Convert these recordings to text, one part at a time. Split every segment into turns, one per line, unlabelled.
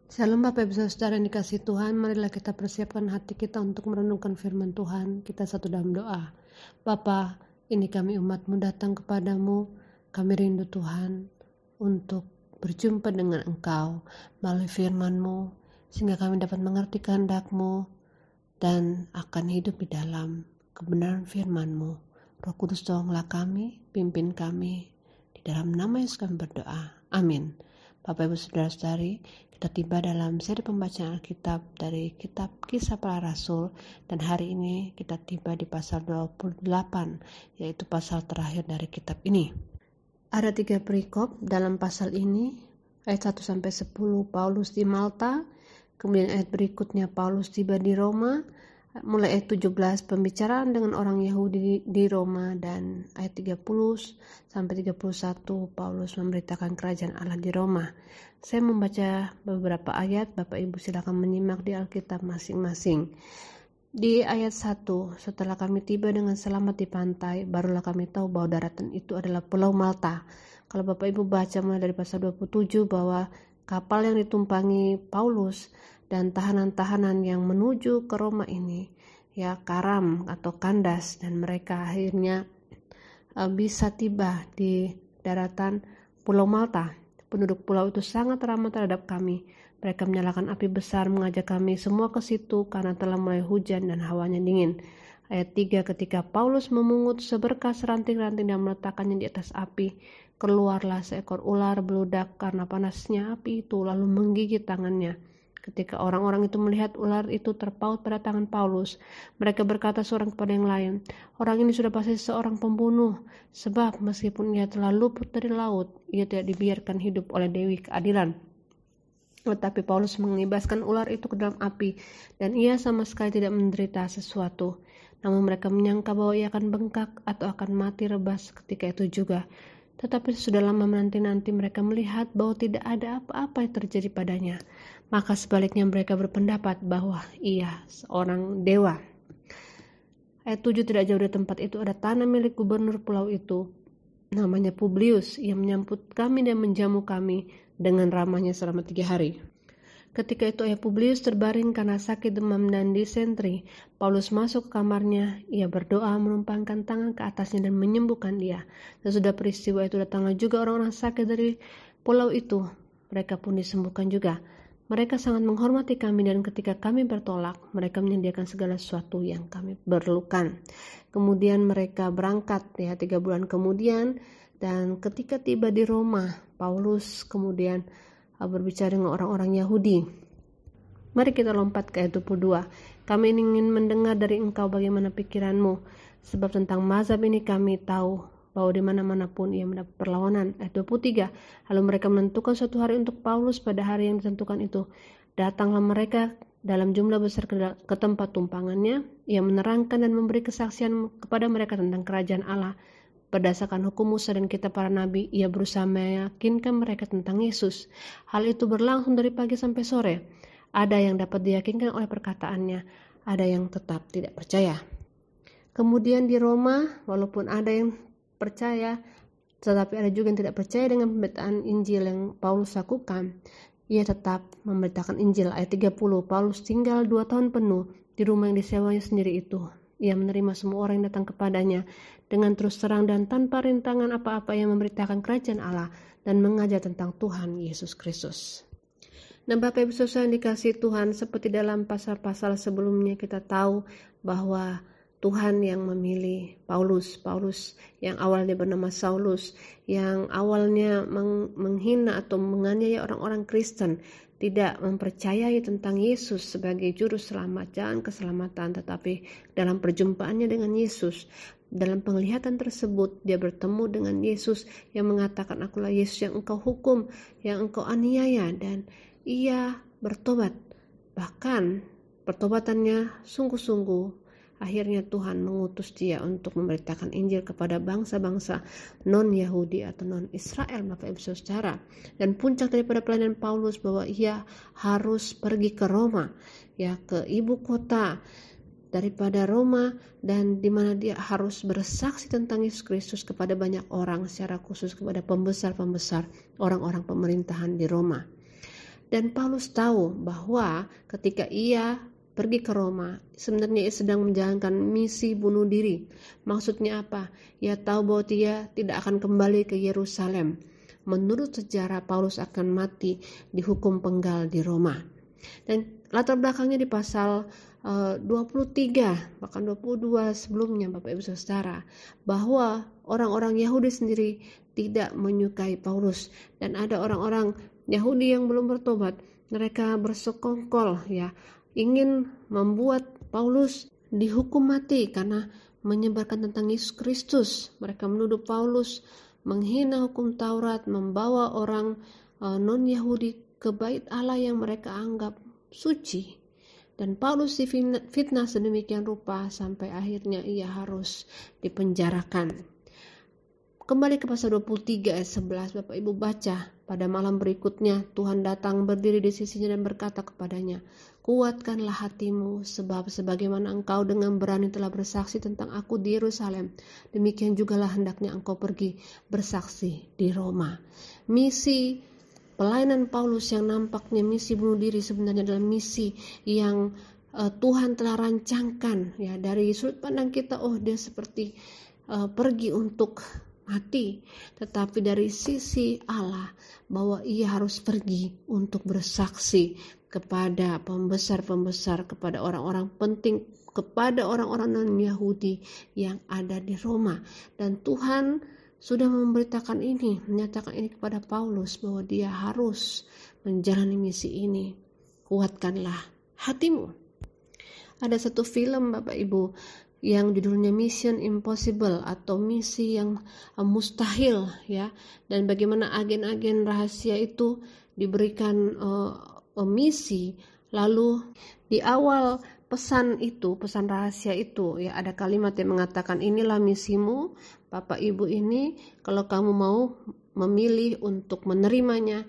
Shalom Bapak Ibu Saudara yang dikasihi Tuhan, marilah kita persiapkan hati kita untuk merenungkan firman Tuhan. Kita satu dalam doa. Bapa, ini kami umat-Mu datang kepadamu, kami rindu Tuhan untuk berjumpa dengan Engkau melalui firman-Mu, sehingga kami dapat mengerti kehendak-Mu dan akan hidup di dalam kebenaran firman-Mu. Roh Kudus, tolonglah kami, pimpin kami, di dalam nama Yesus kami berdoa. Amin. Bapak Ibu Saudara-saudari, kita tiba dalam seri pembacaan Alkitab dari kitab Kisah Para Rasul, dan hari ini kita tiba di pasal 28, yaitu pasal terakhir dari kitab ini. Ada 3 perikop dalam pasal ini, ayat 1-10 Paulus di Malta, kemudian ayat berikutnya Paulus tiba di Roma, mulai ayat 17 pembicaraan dengan orang Yahudi di Roma, dan ayat 30-31 Paulus memberitakan kerajaan Allah di Roma. Saya membaca beberapa ayat, Bapak Ibu silakan menyimak di Alkitab masing-masing. Di ayat 1, setelah kami tiba dengan selamat di pantai, barulah kami tahu bahwa daratan itu adalah Pulau Malta. Kalau Bapak Ibu baca mulai dari pasal 27 bahwa kapal yang ditumpangi Paulus dan tahanan-tahanan yang menuju ke Roma ini, ya karam atau kandas, dan mereka akhirnya bisa tiba di daratan Pulau Malta. Penduduk pulau itu sangat ramah terhadap kami. Mereka menyalakan api besar mengajak kami semua ke situ karena telah mulai hujan dan hawanya dingin. Ayat 3, ketika Paulus memungut seberkas ranting-ranting dan meletakkannya di atas api, keluarlah seekor ular beludak karena panasnya api itu lalu menggigit tangannya. Ketika orang-orang itu melihat ular itu terpaut pada tangan Paulus, mereka berkata seorang kepada yang lain, "Orang ini sudah pasti seorang pembunuh, sebab meskipun ia telah luput dari laut, ia tidak dibiarkan hidup oleh Dewi Keadilan." Tetapi Paulus mengibaskan ular itu ke dalam api, dan ia sama sekali tidak menderita sesuatu. Namun mereka menyangka bahwa ia akan bengkak atau akan mati rebas ketika itu juga. Tetapi sudah lama menanti-nanti mereka melihat bahwa tidak ada apa-apa yang terjadi padanya. Maka sebaliknya mereka berpendapat bahwa ia seorang dewa. Ayat 7, tidak jauh dari tempat itu ada tanah milik gubernur pulau itu, namanya Publius. Ia menyambut kami dan menjamu kami dengan ramahnya selama 3 hari. Ketika itu ayah Publius terbaring karena sakit demam dan disentri. Paulus masuk ke kamarnya, ia berdoa menumpangkan tangan ke atasnya dan menyembuhkan dia. Sesudah peristiwa itu datanglah juga orang-orang sakit dari pulau itu. Mereka pun disembuhkan juga. Mereka sangat menghormati kami dan ketika kami bertolak, mereka menyediakan segala sesuatu yang kami perlukan. Kemudian mereka berangkat 3 bulan kemudian, dan ketika tiba di Roma, Paulus kemudian berbicara dengan orang-orang Yahudi. Mari kita lompat ke ayat 22. Kami ingin mendengar dari engkau bagaimana pikiranmu, sebab tentang mazhab ini kami tahu bahwa di mana-mana pun ia mendapat perlawanan. Ayat 23. Lalu mereka menentukan suatu hari untuk Paulus. Pada hari yang ditentukan itu, datanglah mereka dalam jumlah besar ke tempat tumpangannya. Ia menerangkan dan memberi kesaksian kepada mereka tentang kerajaan Allah. Berdasarkan hukum Musa dan kitab para nabi, ia berusaha meyakinkan mereka tentang Yesus. Hal itu berlangsung dari pagi sampai sore. Ada yang dapat diyakinkan oleh perkataannya, ada yang tetap tidak percaya. Kemudian di Roma, walaupun ada yang percaya, tetapi ada juga yang tidak percaya dengan pemberitaan Injil yang Paulus lakukan. Ia tetap memberitakan Injil. Ayat 30, Paulus tinggal 2 tahun penuh di rumah yang disewanya sendiri itu. Ia menerima semua orang yang datang kepadanya dengan terus terang dan tanpa rintangan apa-apa yang memberitakan kerajaan Allah dan mengajar tentang Tuhan Yesus Kristus. Dan Bapak Ibu Saudara yang dikasihi Tuhan, seperti dalam pasal-pasal sebelumnya kita tahu bahwa Tuhan yang memilih Paulus yang awalnya bernama Saulus, yang awalnya menghina atau menganiaya orang-orang Kristen, tidak mempercayai tentang Yesus sebagai juru selamat, jalan keselamatan, tetapi dalam perjumpaannya dengan Yesus, dalam penglihatan tersebut, dia bertemu dengan Yesus yang mengatakan, "Akulah Yesus yang engkau hukum, yang engkau aniaya," dan ia bertobat. Bahkan pertobatannya sungguh-sungguh. Akhirnya Tuhan mengutus dia untuk memberitakan Injil kepada bangsa-bangsa non-Yahudi atau non-Israel, Bapak Ibu Saudara. Dan puncak daripada pelayanan Paulus bahwa ia harus pergi ke Roma, ya, ke ibu kota daripada Roma, dan di mana dia harus bersaksi tentang Yesus Kristus kepada banyak orang, secara khusus kepada pembesar-pembesar orang-orang pemerintahan di Roma. Dan Paulus tahu bahwa ketika ia pergi ke Roma, sebenarnya ia sedang menjalankan misi bunuh diri. Maksudnya apa? Ia tahu bahwa dia tidak akan kembali ke Yerusalem. Menurut sejarah, Paulus akan mati dihukum penggal di Roma. Dan latar belakangnya di pasal 23 bahkan 22 sebelumnya, Bapak Ibu Saudara, bahwa orang-orang Yahudi sendiri tidak menyukai Paulus, dan ada orang-orang Yahudi yang belum bertobat. Mereka bersekongkol ingin membuat Paulus dihukum mati karena menyebarkan tentang Yesus Kristus. Mereka menuduh Paulus menghina hukum Taurat, membawa orang non-Yahudi ke bait Allah yang mereka anggap suci. Dan Paulus difitnah sedemikian rupa sampai akhirnya ia harus dipenjarakan. Kembali ke pasal 23 ayat 11, Bapak Ibu baca. Pada malam berikutnya Tuhan datang berdiri di sisinya dan berkata kepadanya, "Kuatkanlah hatimu, sebab sebagaimana engkau dengan berani telah bersaksi tentang aku di Yerusalem, demikian jugalah hendaknya engkau pergi bersaksi di Roma." Misi pelayanan Paulus yang nampaknya misi bunuh diri sebenarnya adalah misi yang Tuhan telah rancangkan dari sudut pandang kita. Dia seperti pergi untuk mati, tetapi dari sisi Allah bahwa ia harus pergi untuk bersaksi kepada pembesar-pembesar, kepada orang-orang penting, kepada orang-orang non-Yahudi yang ada di Roma. Dan Tuhan sudah memberitakan ini, menyatakan ini kepada Paulus bahwa dia harus menjalani misi ini. Kuatkanlah hatimu. Ada satu film, Bapak Ibu, yang judulnya Mission Impossible atau misi yang mustahil dan bagaimana agen-agen rahasia itu diberikan misi, lalu di awal pesan rahasia itu ada kalimat yang mengatakan, inilah misimu Bapak Ibu ini kalau kamu mau memilih untuk menerimanya.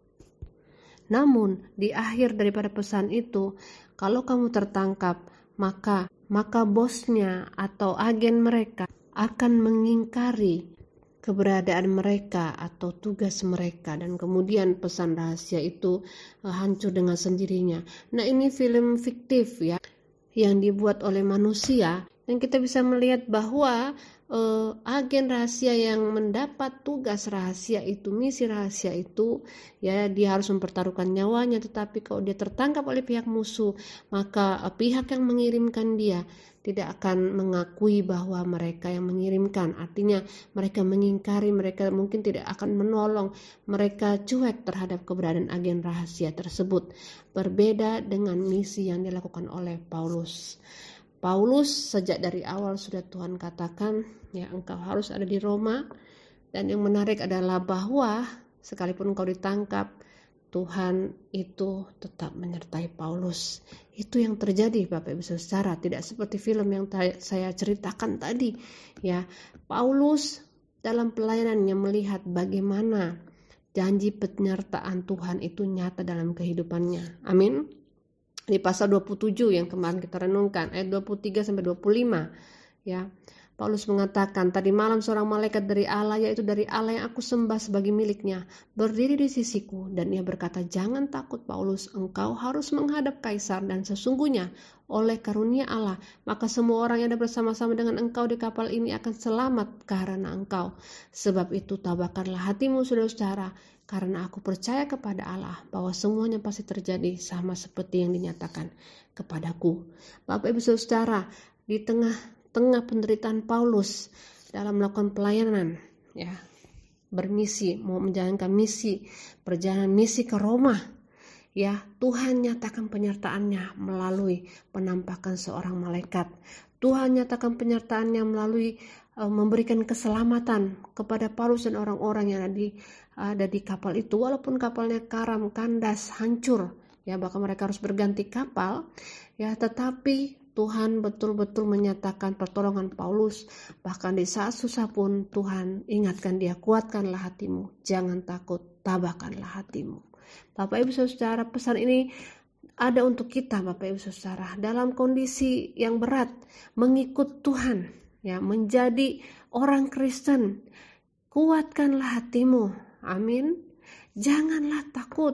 Namun di akhir daripada pesan itu, kalau kamu tertangkap, maka bosnya atau agen mereka akan mengingkari keberadaan mereka atau tugas mereka, dan kemudian pesan rahasia itu hancur dengan sendirinya. Nah, ini film fiktif yang dibuat oleh manusia, dan kita bisa melihat bahwa agen rahasia yang mendapat tugas rahasia itu, misi rahasia itu, dia harus mempertaruhkan nyawanya. Tetapi kalau dia tertangkap oleh pihak musuh, maka pihak yang mengirimkan dia tidak akan mengakui bahwa mereka yang mengirimkan. Artinya mereka mengingkari, mereka mungkin tidak akan menolong, mereka cuek terhadap keberadaan agen rahasia tersebut. Berbeda dengan misi yang dilakukan oleh Paulus. Paulus sejak dari awal sudah Tuhan katakan, engkau harus ada di Roma. Dan yang menarik adalah bahwa sekalipun engkau ditangkap, Tuhan itu tetap menyertai Paulus. Itu yang terjadi, Bapak Ibu Saudara, tidak seperti film yang saya ceritakan tadi. Paulus dalam pelayanannya melihat bagaimana janji penyertaan Tuhan itu nyata dalam kehidupannya. Amin. Di pasal 27 yang kemarin kita renungkan, ayat 23 sampai 25, Paulus mengatakan, tadi malam seorang malaikat dari Allah, yaitu dari Allah yang aku sembah sebagai miliknya, berdiri di sisiku, dan ia berkata, jangan takut Paulus, engkau harus menghadap Kaisar, dan sesungguhnya oleh karunia Allah, maka semua orang yang ada bersama-sama dengan engkau di kapal ini akan selamat karena engkau. Sebab itu tabahkanlah hatimu, saudara-saudara, karena aku percaya kepada Allah bahwa semuanya pasti terjadi sama seperti yang dinyatakan kepadaku. Bapak Ibu Saudara, di tengah penderitaan Paulus dalam melakukan pelayanan, bermisi, mau menjalankan misi, perjalanan misi ke Roma, Tuhan nyatakan penyertaannya melalui penampakan seorang malaikat. Tuhan nyatakan penyertaannya melalui memberikan keselamatan kepada Paulus dan orang-orang yang ada di kapal itu, walaupun kapalnya karam, kandas, hancur, bahkan mereka harus berganti kapal, tetapi Tuhan betul-betul menyatakan pertolongan Paulus. Bahkan di saat susah pun Tuhan ingatkan dia, kuatkanlah hatimu, jangan takut, tabahkanlah hatimu. Bapak Ibu Saudara, pesan ini ada untuk kita, Bapak Ibu Saudara, dalam kondisi yang berat, mengikut Tuhan, menjadi orang Kristen. Kuatkanlah hatimu, amin. Janganlah takut,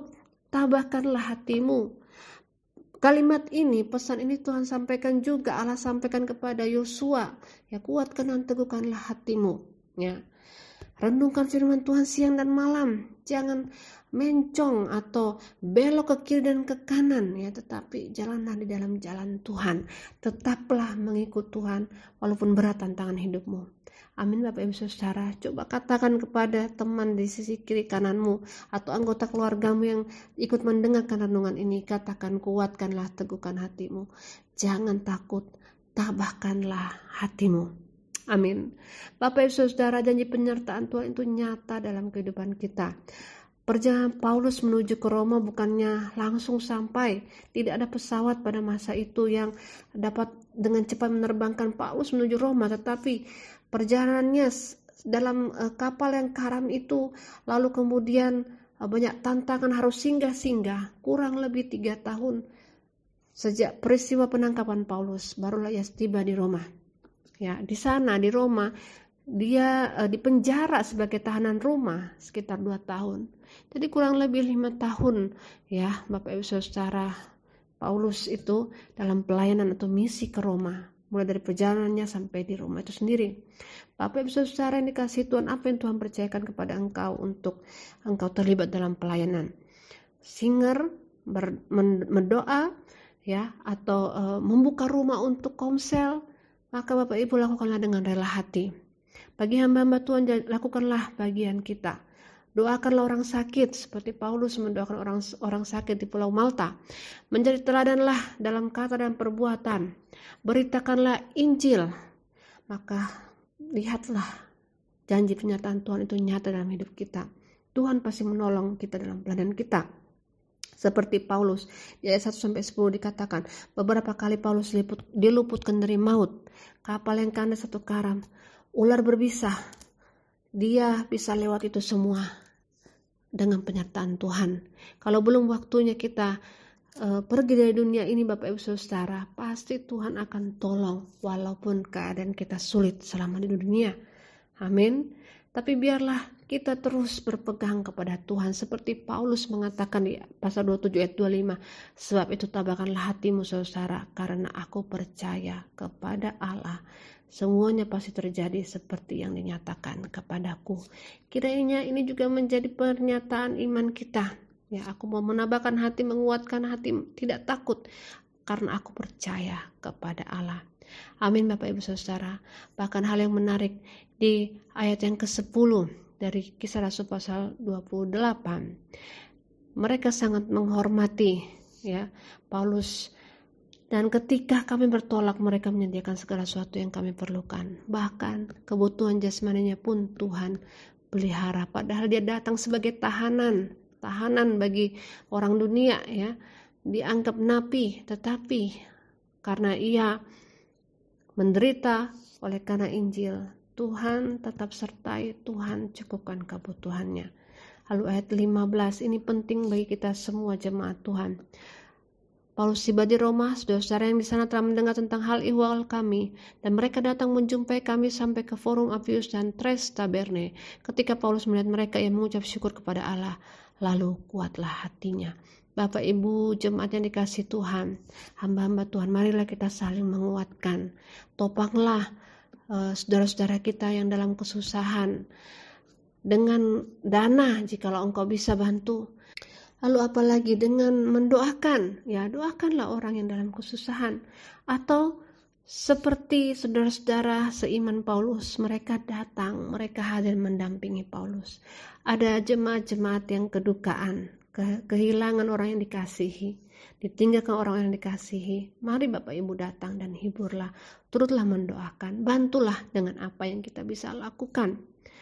tabahkanlah hatimu. Kalimat ini, pesan ini Tuhan sampaikan juga, Allah sampaikan kepada Yosua, ya, kuatkan dan teguhkanlah hatimu, ya. Renungkan firman Tuhan siang dan malam, jangan mencong atau belok ke kiri dan ke kanan, ya, tetapi jalanlah di dalam jalan Tuhan. Tetaplah mengikut Tuhan walaupun berat tantangan hidupmu. Amin. Bapak Ibu Saudara, coba katakan kepada teman di sisi kiri kananmu atau anggota keluargamu yang ikut mendengarkan renungan ini, katakan, kuatkanlah, teguhkan hatimu. Jangan takut, tabahkanlah hatimu. Amin. Bapak Ibu Saudara, janji penyertaan Tuhan itu nyata dalam kehidupan kita. Perjalanan Paulus menuju ke Roma bukannya langsung sampai. Tidak ada pesawat pada masa itu yang dapat dengan cepat menerbangkan Paulus menuju Roma, tetapi perjalanannya dalam kapal yang karam itu, lalu kemudian banyak tantangan, harus singgah-singgah kurang lebih 3 tahun sejak peristiwa penangkapan Paulus, barulah ia tiba di Roma. Ya, di sana di Roma dia dipenjara sebagai tahanan Roma sekitar 2 tahun. Jadi kurang lebih 5 tahun, ya Bapak Ibu Saudara, Paulus itu dalam pelayanan atau misi ke Roma, mulai dari perjalanannya sampai di Roma itu sendiri. Bapak Ibu Saudara yang dikasihi Tuhan, apa yang Tuhan percayakan kepada engkau untuk engkau terlibat dalam pelayanan? Singer, mendoa, ya, atau membuka rumah untuk komsel, maka Bapak Ibu lakukanlah dengan rela hati. Bagi hamba-hamba Tuhan, lakukanlah bagian kita. Doakanlah orang sakit seperti Paulus mendoakan orang sakit di Pulau Malta. Menjadi teladanlah dalam kata dan perbuatan. Beritakanlah Injil. Maka lihatlah janji pernyataan Tuhan itu nyata dalam hidup kita. Tuhan pasti menolong kita dalam pelayanan kita. Seperti Paulus di ayat 1-10 dikatakan, beberapa kali Paulus diluputkan dari maut. Kapal yang kandas satu karam, ular berbisa. Dia bisa lewat itu semua dengan penyertaan Tuhan. Kalau belum waktunya kita pergi dari dunia ini, Bapak Ibu Saudara, pasti Tuhan akan tolong walaupun keadaan kita sulit selama di dunia. Amin. Tapi biarlah kita terus berpegang kepada Tuhan seperti Paulus mengatakan di pasal 27 ayat 25, sebab itu tabahkanlah hatimu saudara, karena aku percaya kepada Allah. Semuanya pasti terjadi seperti yang dinyatakan kepadaku. Kiranya ini juga menjadi pernyataan iman kita. Ya, aku mau menambahkan hati, menguatkan hati, tidak takut karena aku percaya kepada Allah. Amin Bapak Ibu Saudara. Bahkan hal yang menarik di ayat yang ke-10 dari Kisah Rasul pasal 28. Mereka sangat menghormati, ya, Paulus. Dan ketika kami bertolak, mereka menyediakan segala sesuatu yang kami perlukan. Bahkan kebutuhan jasmaninya pun Tuhan pelihara. Padahal dia datang sebagai tahanan bagi orang dunia, ya, dianggap napi. Tetapi karena ia menderita oleh karena Injil, Tuhan tetap sertai, Tuhan cukupkan kebutuhannya. Lalu ayat 15 ini penting bagi kita semua jemaat Tuhan. Paulus tiba di Roma, saudara-saudara yang di sana telah mendengar tentang hal ihwal kami, dan mereka datang menjumpai kami sampai ke Forum Appius dan Tres Taberne. Ketika Paulus melihat mereka, ia mengucap syukur kepada Allah, lalu kuatlah hatinya. Bapak Ibu jemaat yang dikasihi Tuhan, hamba-hamba Tuhan, marilah kita saling menguatkan. Topanglah saudara-saudara kita yang dalam kesusahan dengan dana jikalau engkau bisa bantu. Lalu apalagi dengan mendoakan, ya, doakanlah orang yang dalam kesusahan. Atau seperti saudara-saudara seiman Paulus, mereka datang, mereka hadir mendampingi Paulus. Ada jemaat-jemaat yang kedukaan, kehilangan orang yang dikasihi, ditinggalkan orang yang dikasihi. Mari Bapak Ibu datang dan hiburlah, turutlah mendoakan, bantulah dengan apa yang kita bisa lakukan.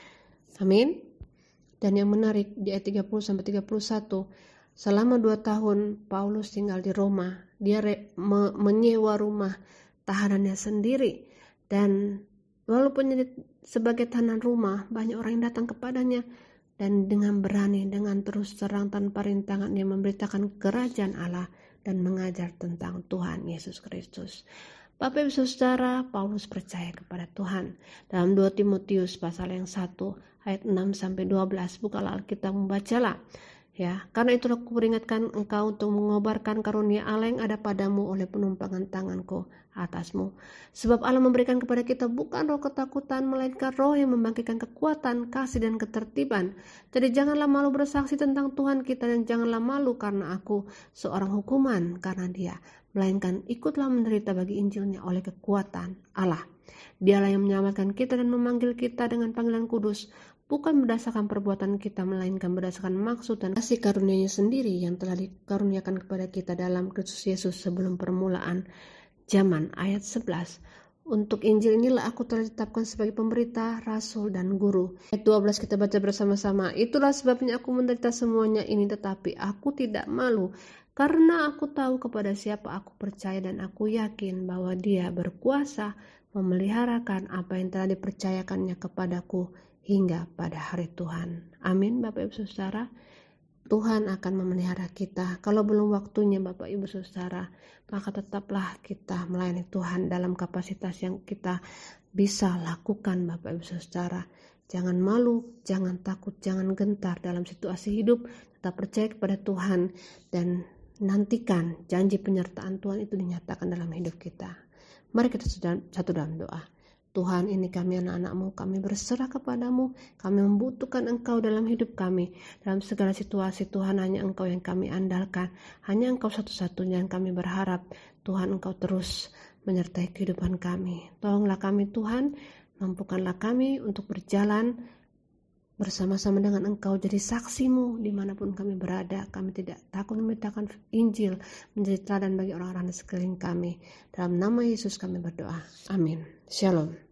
Amin. Dan yang menarik di ayat 30-31, selama 2 tahun Paulus tinggal di Roma, dia menyewa rumah tahanannya sendiri. Dan walaupun sebagai tahanan rumah, banyak orang yang datang kepadanya. Dan dengan berani, dengan terus terang tanpa rintangan, dia memberitakan kerajaan Allah dan mengajar tentang Tuhan Yesus Kristus. Bapak Ibu Saudara, Paulus percaya kepada Tuhan. Dalam 2 Timotius pasal yang 1 ayat 6-12, bukalah Alkitab, membacalah. Ya, karena itulah kuperingatkan engkau untuk mengobarkan karunia Allah yang ada padamu oleh penumpangan tanganku atasmu. Sebab Allah memberikan kepada kita bukan roh ketakutan, melainkan roh yang membangkitkan kekuatan, kasih, dan ketertiban. Jadi janganlah malu bersaksi tentang Tuhan kita, dan janganlah malu karena aku seorang hukuman karena dia. Melainkan ikutlah menderita bagi Injilnya oleh kekuatan Allah. Dialah yang menyelamatkan kita dan memanggil kita dengan panggilan kudus, bukan berdasarkan perbuatan kita, melainkan berdasarkan maksud dan kasih karunia-Nya sendiri yang telah dikaruniakan kepada kita dalam Kristus Yesus sebelum permulaan zaman. Ayat 11. Untuk Injil inilah aku telah ditetapkan sebagai pemberita, rasul, dan guru. Ayat 12 kita baca bersama-sama. Itulah sebabnya aku menderita semuanya ini, tetapi aku tidak malu, karena aku tahu kepada siapa aku percaya, dan aku yakin bahwa Dia berkuasa memeliharakan apa yang telah dipercayakannya kepadaku hingga pada hari Tuhan. Amin. Bapak Ibu Saudara, Tuhan akan memelihara kita. Kalau belum waktunya Bapak Ibu Saudara, maka tetaplah kita melayani Tuhan dalam kapasitas yang kita bisa lakukan Bapak Ibu Saudara. Jangan malu, jangan takut, jangan gentar dalam situasi hidup. Tetap percaya kepada Tuhan dan nantikan janji penyertaan Tuhan itu dinyatakan dalam hidup kita. Mari kita satu dalam doa. Tuhan, ini kami anak-anak-Mu, kami berserah kepadamu, kami membutuhkan Engkau dalam hidup kami. Dalam segala situasi Tuhan, hanya Engkau yang kami andalkan, hanya Engkau satu-satunya yang kami berharap. Tuhan, Engkau terus menyertai kehidupan kami. Tolonglah kami Tuhan, mampukanlah kami untuk berjalan bersama-sama dengan Engkau, jadi saksi-Mu dimanapun kami berada. Kami tidak takut memberitakan Injil, menjadi teladan bagi orang-orang di sekeliling kami. Dalam nama Yesus kami berdoa. Amin. Shalom.